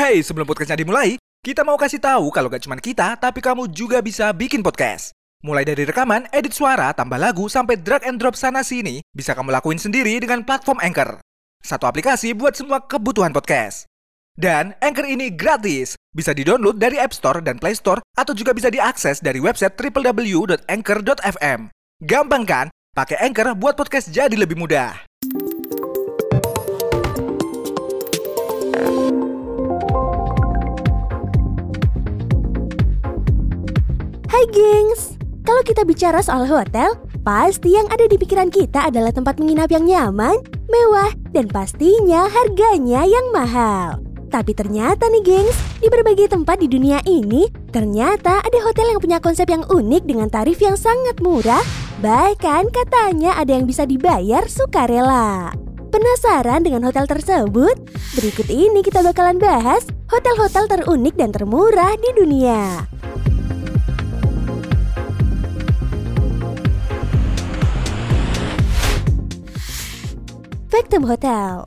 Hey, sebelum podcastnya dimulai, kita mau kasih tahu kalau gak cuma kita, tapi kamu juga bisa bikin podcast. Mulai dari rekaman, edit suara, tambah lagu, sampai drag and drop sana-sini, bisa kamu lakuin sendiri dengan platform Anchor. Satu aplikasi buat semua kebutuhan podcast. Dan Anchor ini gratis, bisa di-download dari App Store dan Play Store, atau juga bisa diakses dari website www.anchor.fm. Gampang kan? Pakai Anchor buat podcast jadi lebih mudah. Hai gengs, kalau kita bicara soal hotel, pasti yang ada di pikiran kita adalah tempat menginap yang nyaman, mewah, dan pastinya harganya yang mahal. Tapi ternyata nih gengs, di berbagai tempat di dunia ini, ternyata ada hotel yang punya konsep yang unik dengan tarif yang sangat murah, bahkan katanya ada yang bisa dibayar sukarela. Penasaran dengan hotel tersebut? Berikut ini kita bakalan bahas hotel-hotel terunik dan termurah di dunia. Factum Hotel.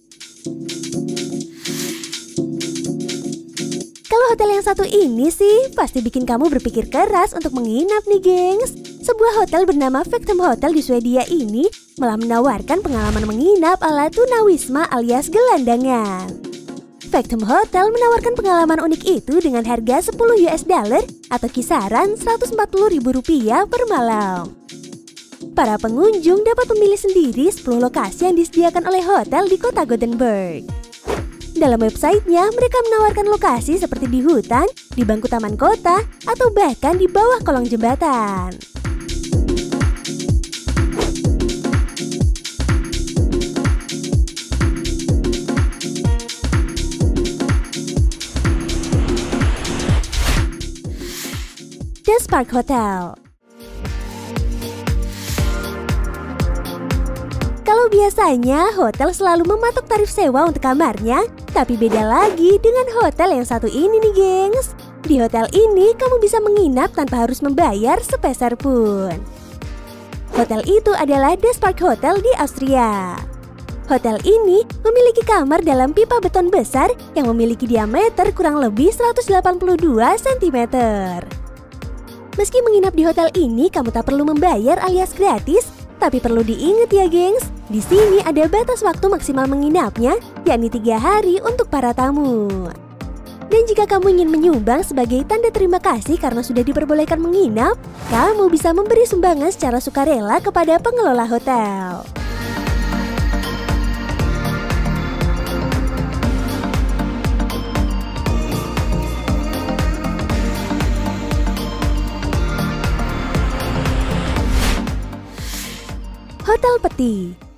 Kalau hotel yang satu ini sih pasti bikin kamu berpikir keras untuk menginap nih gengs. Sebuah hotel bernama Factum Hotel di Swedia ini malah menawarkan pengalaman menginap ala tunawisma alias gelandangan. Factum Hotel menawarkan pengalaman unik itu dengan harga $10 atau kisaran Rp140.000 per malam. Para pengunjung dapat memilih sendiri 10 lokasi yang disediakan oleh hotel di kota Gothenburg. Dalam websitenya, mereka menawarkan lokasi seperti di hutan, di bangku taman kota, atau bahkan di bawah kolong jembatan. Des Park Hotel. Kalau biasanya hotel selalu mematok tarif sewa untuk kamarnya, tapi beda lagi dengan hotel yang satu ini nih gengs. Di hotel ini kamu bisa menginap tanpa harus membayar sepeser pun. Hotel itu adalah Des Park Hotel di Austria. Hotel ini memiliki kamar dalam pipa beton besar yang memiliki diameter kurang lebih 182 cm. Meski menginap di hotel ini kamu tak perlu membayar alias gratis, tapi perlu diingat ya gengs, di sini ada batas waktu maksimal menginapnya, yakni 3 hari untuk para tamu. Dan jika kamu ingin menyumbang sebagai tanda terima kasih karena sudah diperbolehkan menginap, kamu bisa memberi sumbangan secara sukarela kepada pengelola hotel. Hotel Peti.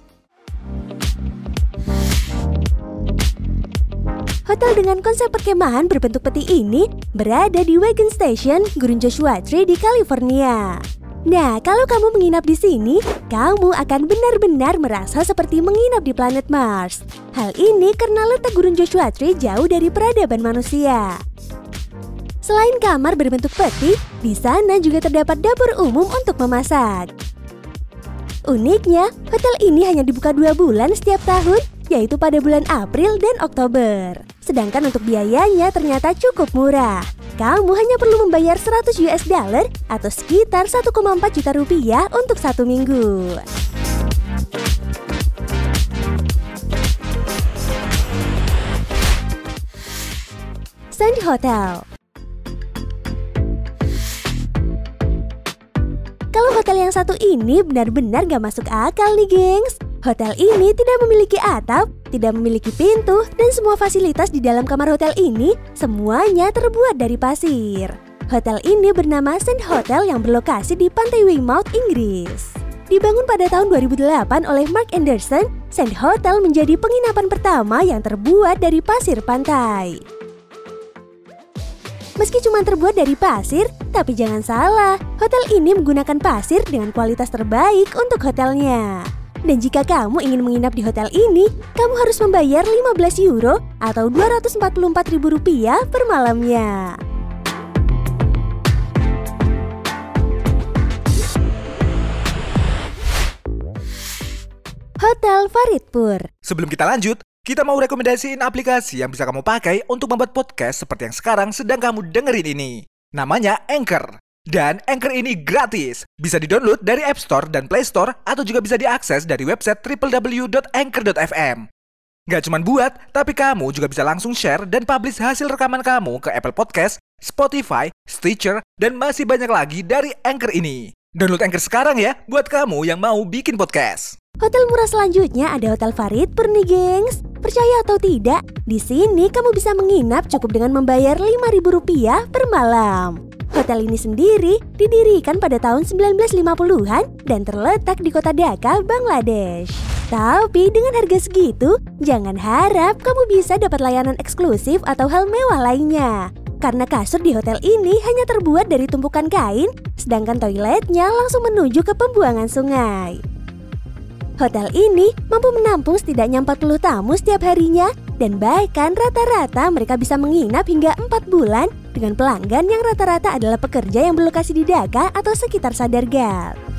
Hotel dengan konsep perkemahan berbentuk peti ini berada di Wagon Station, Gurun Joshua Tree di California. Nah, kalau kamu menginap di sini, kamu akan benar-benar merasa seperti menginap di planet Mars. Hal ini karena letak Gurun Joshua Tree jauh dari peradaban manusia. Selain kamar berbentuk peti, di sana juga terdapat dapur umum untuk memasak. Uniknya, hotel ini hanya dibuka 2 bulan setiap tahun, yaitu pada bulan April dan Oktober. Sedangkan untuk biayanya ternyata cukup murah. Kamu hanya perlu membayar $100 atau sekitar 1,4 juta rupiah untuk 1 minggu. Sandy Hotel. Kalau hotel yang satu ini benar-benar gak masuk akal nih gengs. Hotel ini tidak memiliki atap, tidak memiliki pintu, dan semua fasilitas di dalam kamar hotel ini semuanya terbuat dari pasir. Hotel ini bernama Sand Hotel yang berlokasi di pantai Weymouth, Inggris. Dibangun pada tahun 2008 oleh Mark Anderson, Sand Hotel menjadi penginapan pertama yang terbuat dari pasir pantai. Meski cuma terbuat dari pasir, tapi jangan salah, hotel ini menggunakan pasir dengan kualitas terbaik untuk hotelnya. Dan jika kamu ingin menginap di hotel ini, kamu harus membayar €15 atau Rp244.000 per malamnya. Hotel Faridpur. Sebelum kita lanjut, kita mau rekomendasiin aplikasi yang bisa kamu pakai untuk membuat podcast seperti yang sekarang sedang kamu dengerin ini. Namanya Anchor. Dan Anchor ini gratis. Bisa di-download dari App Store dan Play Store atau juga bisa diakses dari website www.anchor.fm. Gak cuma buat, tapi kamu juga bisa langsung share dan publish hasil rekaman kamu ke Apple Podcast, Spotify, Stitcher, dan masih banyak lagi dari Anchor ini. Download Anchor sekarang ya, buat kamu yang mau bikin podcast. Hotel murah selanjutnya ada Hotel Faridpur nih, gengs. Percaya atau tidak, di sini kamu bisa menginap cukup dengan membayar Rp5.000 per malam. Hotel ini sendiri didirikan pada tahun 1950-an dan terletak di kota Dhaka, Bangladesh. Tapi dengan harga segitu, jangan harap kamu bisa dapat layanan eksklusif atau hal mewah lainnya. Karena kasur di hotel ini hanya terbuat dari tumpukan kain, sedangkan toiletnya langsung menuju ke pembuangan sungai. Hotel ini mampu menampung setidaknya 40 tamu setiap harinya, dan bahkan rata-rata mereka bisa menginap hingga 4 bulan dengan pelanggan yang rata-rata adalah pekerja yang berlokasi di Dhaka atau sekitar Sadargat.